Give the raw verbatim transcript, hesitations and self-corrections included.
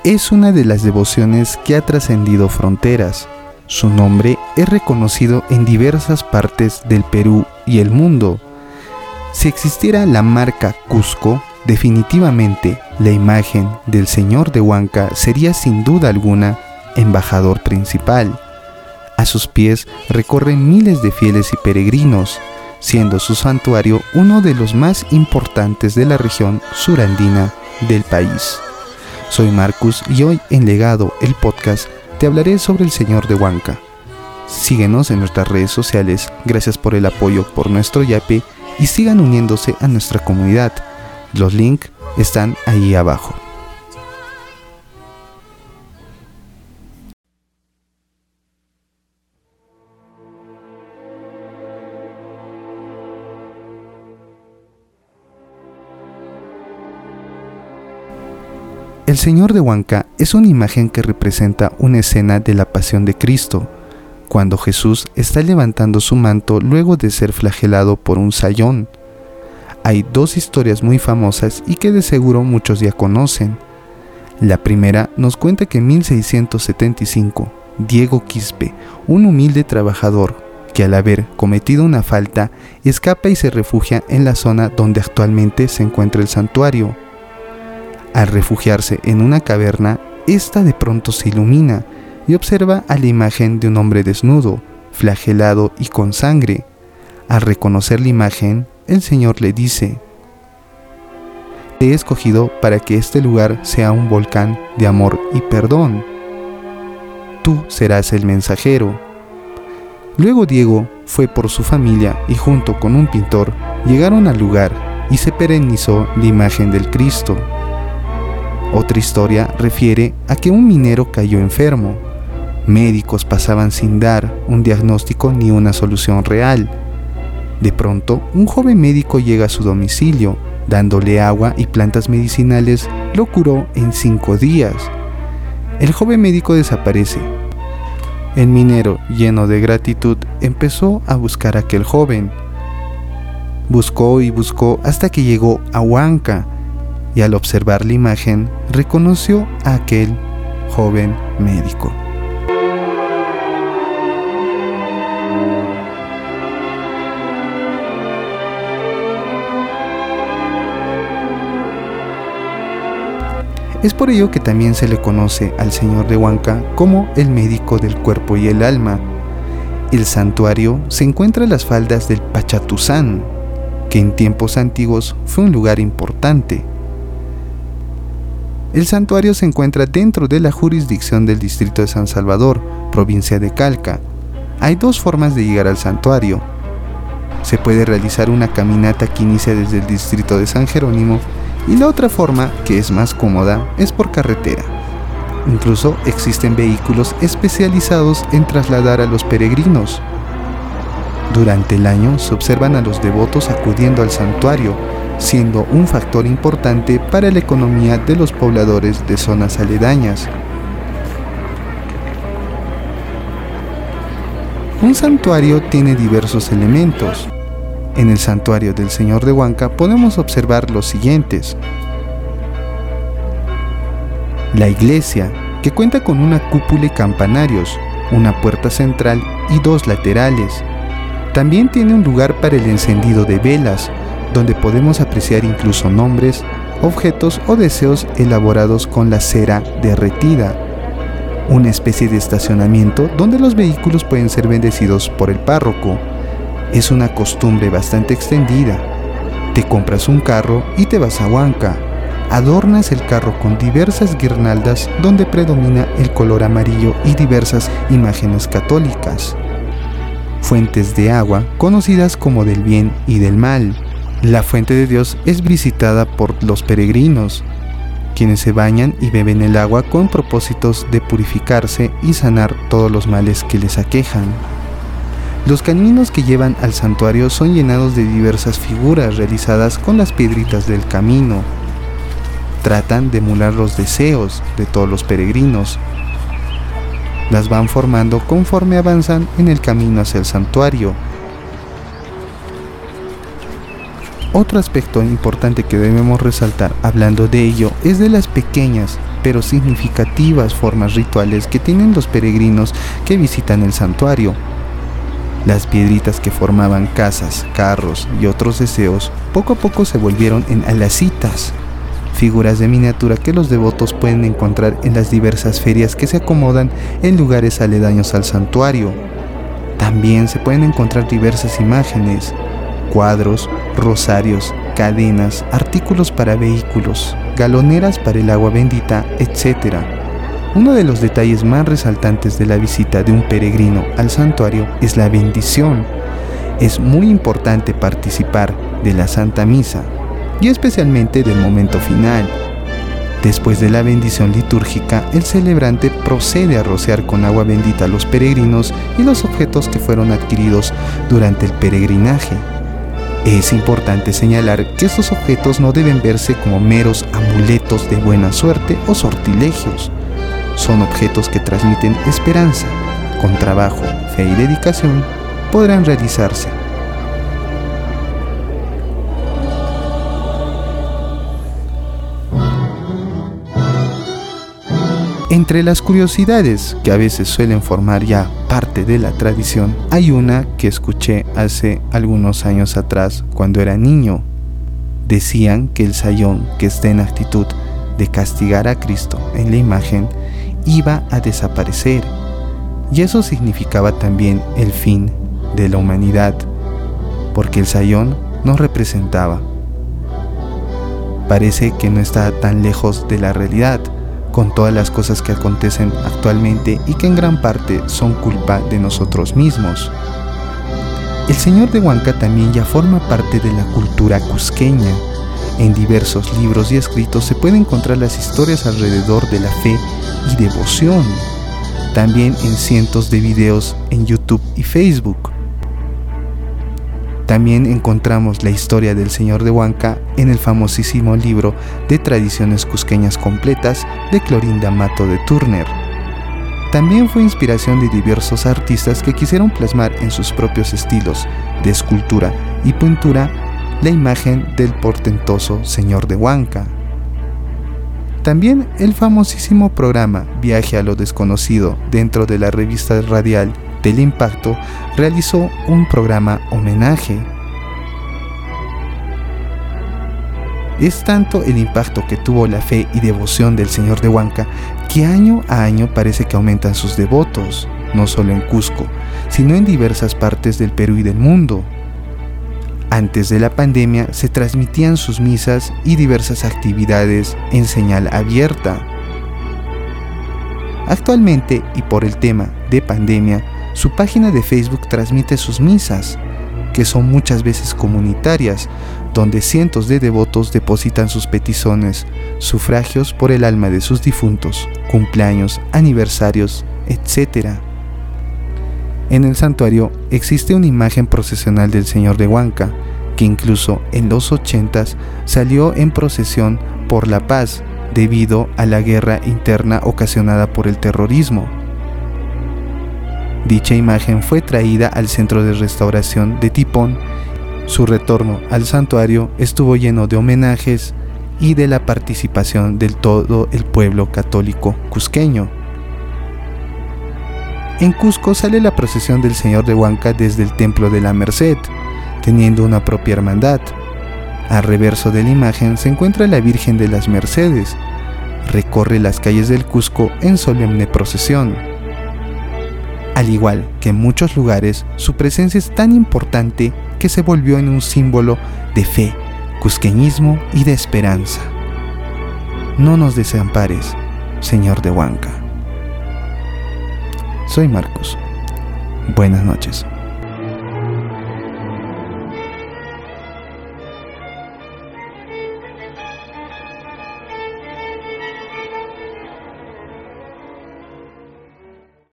es una de las devociones que ha trascendido fronteras. Su nombre es reconocido en diversas partes del Perú y el mundo. Si existiera la marca Cusco, definitivamente la imagen del Señor de Huanca sería sin duda alguna embajador principal. A sus pies recorren miles de fieles y peregrinos, siendo su santuario uno de los más importantes de la región surandina del país. Soy Marcus y hoy en Legado, el podcast, te hablaré sobre el Señor de Huanca. Síguenos en nuestras redes sociales, gracias por el apoyo por nuestro yape y sigan uniéndose a nuestra comunidad. Los links están ahí abajo. El Señor de Huanca es una imagen que representa una escena de la pasión de Cristo, cuando Jesús está levantando su manto luego de ser flagelado por un sayón. Hay dos historias muy famosas y que de seguro muchos ya conocen. La primera nos cuenta que en mil seiscientos setenta y cinco, Diego Quispe, un humilde trabajador, que al haber cometido una falta, escapa y se refugia en la zona donde actualmente se encuentra el santuario. Al refugiarse en una caverna, ésta de pronto se ilumina y observa a la imagen de un hombre desnudo, flagelado y con sangre. Al reconocer la imagen, el Señor le dice: "Te he escogido para que este lugar sea un volcán de amor y perdón. Tú serás el mensajero". Luego Diego fue por su familia y junto con un pintor llegaron al lugar y se perennizó la imagen del Cristo. Otra historia refiere a que un minero cayó enfermo. Médicos pasaban sin dar un diagnóstico ni una solución real. De pronto, un joven médico llega a su domicilio, dándole agua y plantas medicinales, lo curó en cinco días. El joven médico desaparece. El minero, lleno de gratitud, empezó a buscar a aquel joven. Buscó y buscó hasta que llegó a Huanca, y al observar la imagen, reconoció a aquel joven médico. Es por ello que también se le conoce al Señor de Huanca como el médico del cuerpo y el alma. El santuario se encuentra en las faldas del Pachatuzán, que en tiempos antiguos fue un lugar importante. El santuario se encuentra dentro de la jurisdicción del distrito de San Salvador, provincia de Calca. Hay dos formas de llegar al santuario. Se puede realizar una caminata que inicia desde el distrito de San Jerónimo y la otra forma, que es más cómoda, es por carretera. Incluso existen vehículos especializados en trasladar a los peregrinos. Durante el año se observan a los devotos acudiendo al santuario, siendo un factor importante para la economía de los pobladores de zonas aledañas. Un santuario tiene diversos elementos. En el santuario del Señor de Huanca podemos observar los siguientes: la iglesia, que cuenta con una cúpula y campanarios, una puerta central y dos laterales. También tiene un lugar para el encendido de velas, donde podemos apreciar incluso nombres, objetos o deseos elaborados con la cera derretida. Una especie de estacionamiento donde los vehículos pueden ser bendecidos por el párroco. Es una costumbre bastante extendida. Te compras un carro y te vas a Huanca. Adornas el carro con diversas guirnaldas donde predomina el color amarillo y diversas imágenes católicas. Fuentes de agua conocidas como del bien y del mal. La fuente de Dios es visitada por los peregrinos, quienes se bañan y beben el agua con propósitos de purificarse y sanar todos los males que les aquejan. Los caminos que llevan al santuario son llenados de diversas figuras realizadas con las piedritas del camino. Tratan de emular los deseos de todos los peregrinos. Las van formando conforme avanzan en el camino hacia el santuario. Otro aspecto importante que debemos resaltar hablando de ello es de las pequeñas pero significativas formas rituales que tienen los peregrinos que visitan el santuario. Las piedritas que formaban casas, carros y otros deseos poco a poco se volvieron en alacitas, figuras de miniatura que los devotos pueden encontrar en las diversas ferias que se acomodan en lugares aledaños al santuario. También se pueden encontrar diversas imágenes, cuadros, rosarios, cadenas, artículos para vehículos, galoneras para el agua bendita, etcétera. Uno de los detalles más resaltantes de la visita de un peregrino al santuario es la bendición. Es muy importante participar de la Santa Misa y especialmente del momento final. Después de la bendición litúrgica, el celebrante procede a rociar con agua bendita a los peregrinos y los objetos que fueron adquiridos durante el peregrinaje. Es importante señalar que estos objetos no deben verse como meros amuletos de buena suerte o sortilegios. Son objetos que transmiten esperanza. Con trabajo, fe y dedicación podrán realizarse. Entre las curiosidades que a veces suelen formar ya parte de la tradición, hay una que escuché hace algunos años atrás cuando era niño. Decían que el sayón que esté en actitud de castigar a Cristo en la imagen iba a desaparecer, y eso significaba también el fin de la humanidad, porque el sayón nos representaba. Parece que no está tan lejos de la realidad, con todas las cosas que acontecen actualmente y que en gran parte son culpa de nosotros mismos. El Señor de Huanca también ya forma parte de la cultura cusqueña. En diversos libros y escritos se pueden encontrar las historias alrededor de la fe y devoción. También en cientos de videos en YouTube y Facebook. También encontramos la historia del Señor de Huanca en el famosísimo libro de Tradiciones Cusqueñas Completas de Clorinda Mato de Turner. También fue inspiración de diversos artistas que quisieron plasmar en sus propios estilos de escultura y pintura la imagen del portentoso Señor de Huanca. También el famosísimo programa Viaje a lo Desconocido dentro de la revista radial del Impacto realizó un programa homenaje. Es tanto el impacto que tuvo la fe y devoción del Señor de Huanca que año a año parece que aumentan sus devotos, no solo en Cusco, sino en diversas partes del Perú y del mundo. Antes de la pandemia se transmitían sus misas y diversas actividades en señal abierta. Actualmente, y por el tema de pandemia, su página de Facebook transmite sus misas, que son muchas veces comunitarias, donde cientos de devotos depositan sus peticiones, sufragios por el alma de sus difuntos, cumpleaños, aniversarios, etcétera. En el santuario existe una imagen procesional del Señor de Huanca, que incluso en los ochentas salió en procesión por la paz debido a la guerra interna ocasionada por el terrorismo. Dicha imagen fue traída al centro de restauración de Tipón. Su retorno al santuario estuvo lleno de homenajes y de la participación de todo el pueblo católico cusqueño. En Cusco sale la procesión del Señor de Huanca desde el Templo de la Merced, teniendo una propia hermandad. Al reverso de la imagen se encuentra la Virgen de las Mercedes. Recorre las calles del Cusco en solemne procesión. Al igual que en muchos lugares, su presencia es tan importante que se volvió en un símbolo de fe, cusqueñismo y de esperanza. No nos desampares, Señor de Huanca. Soy Marcos. Buenas noches.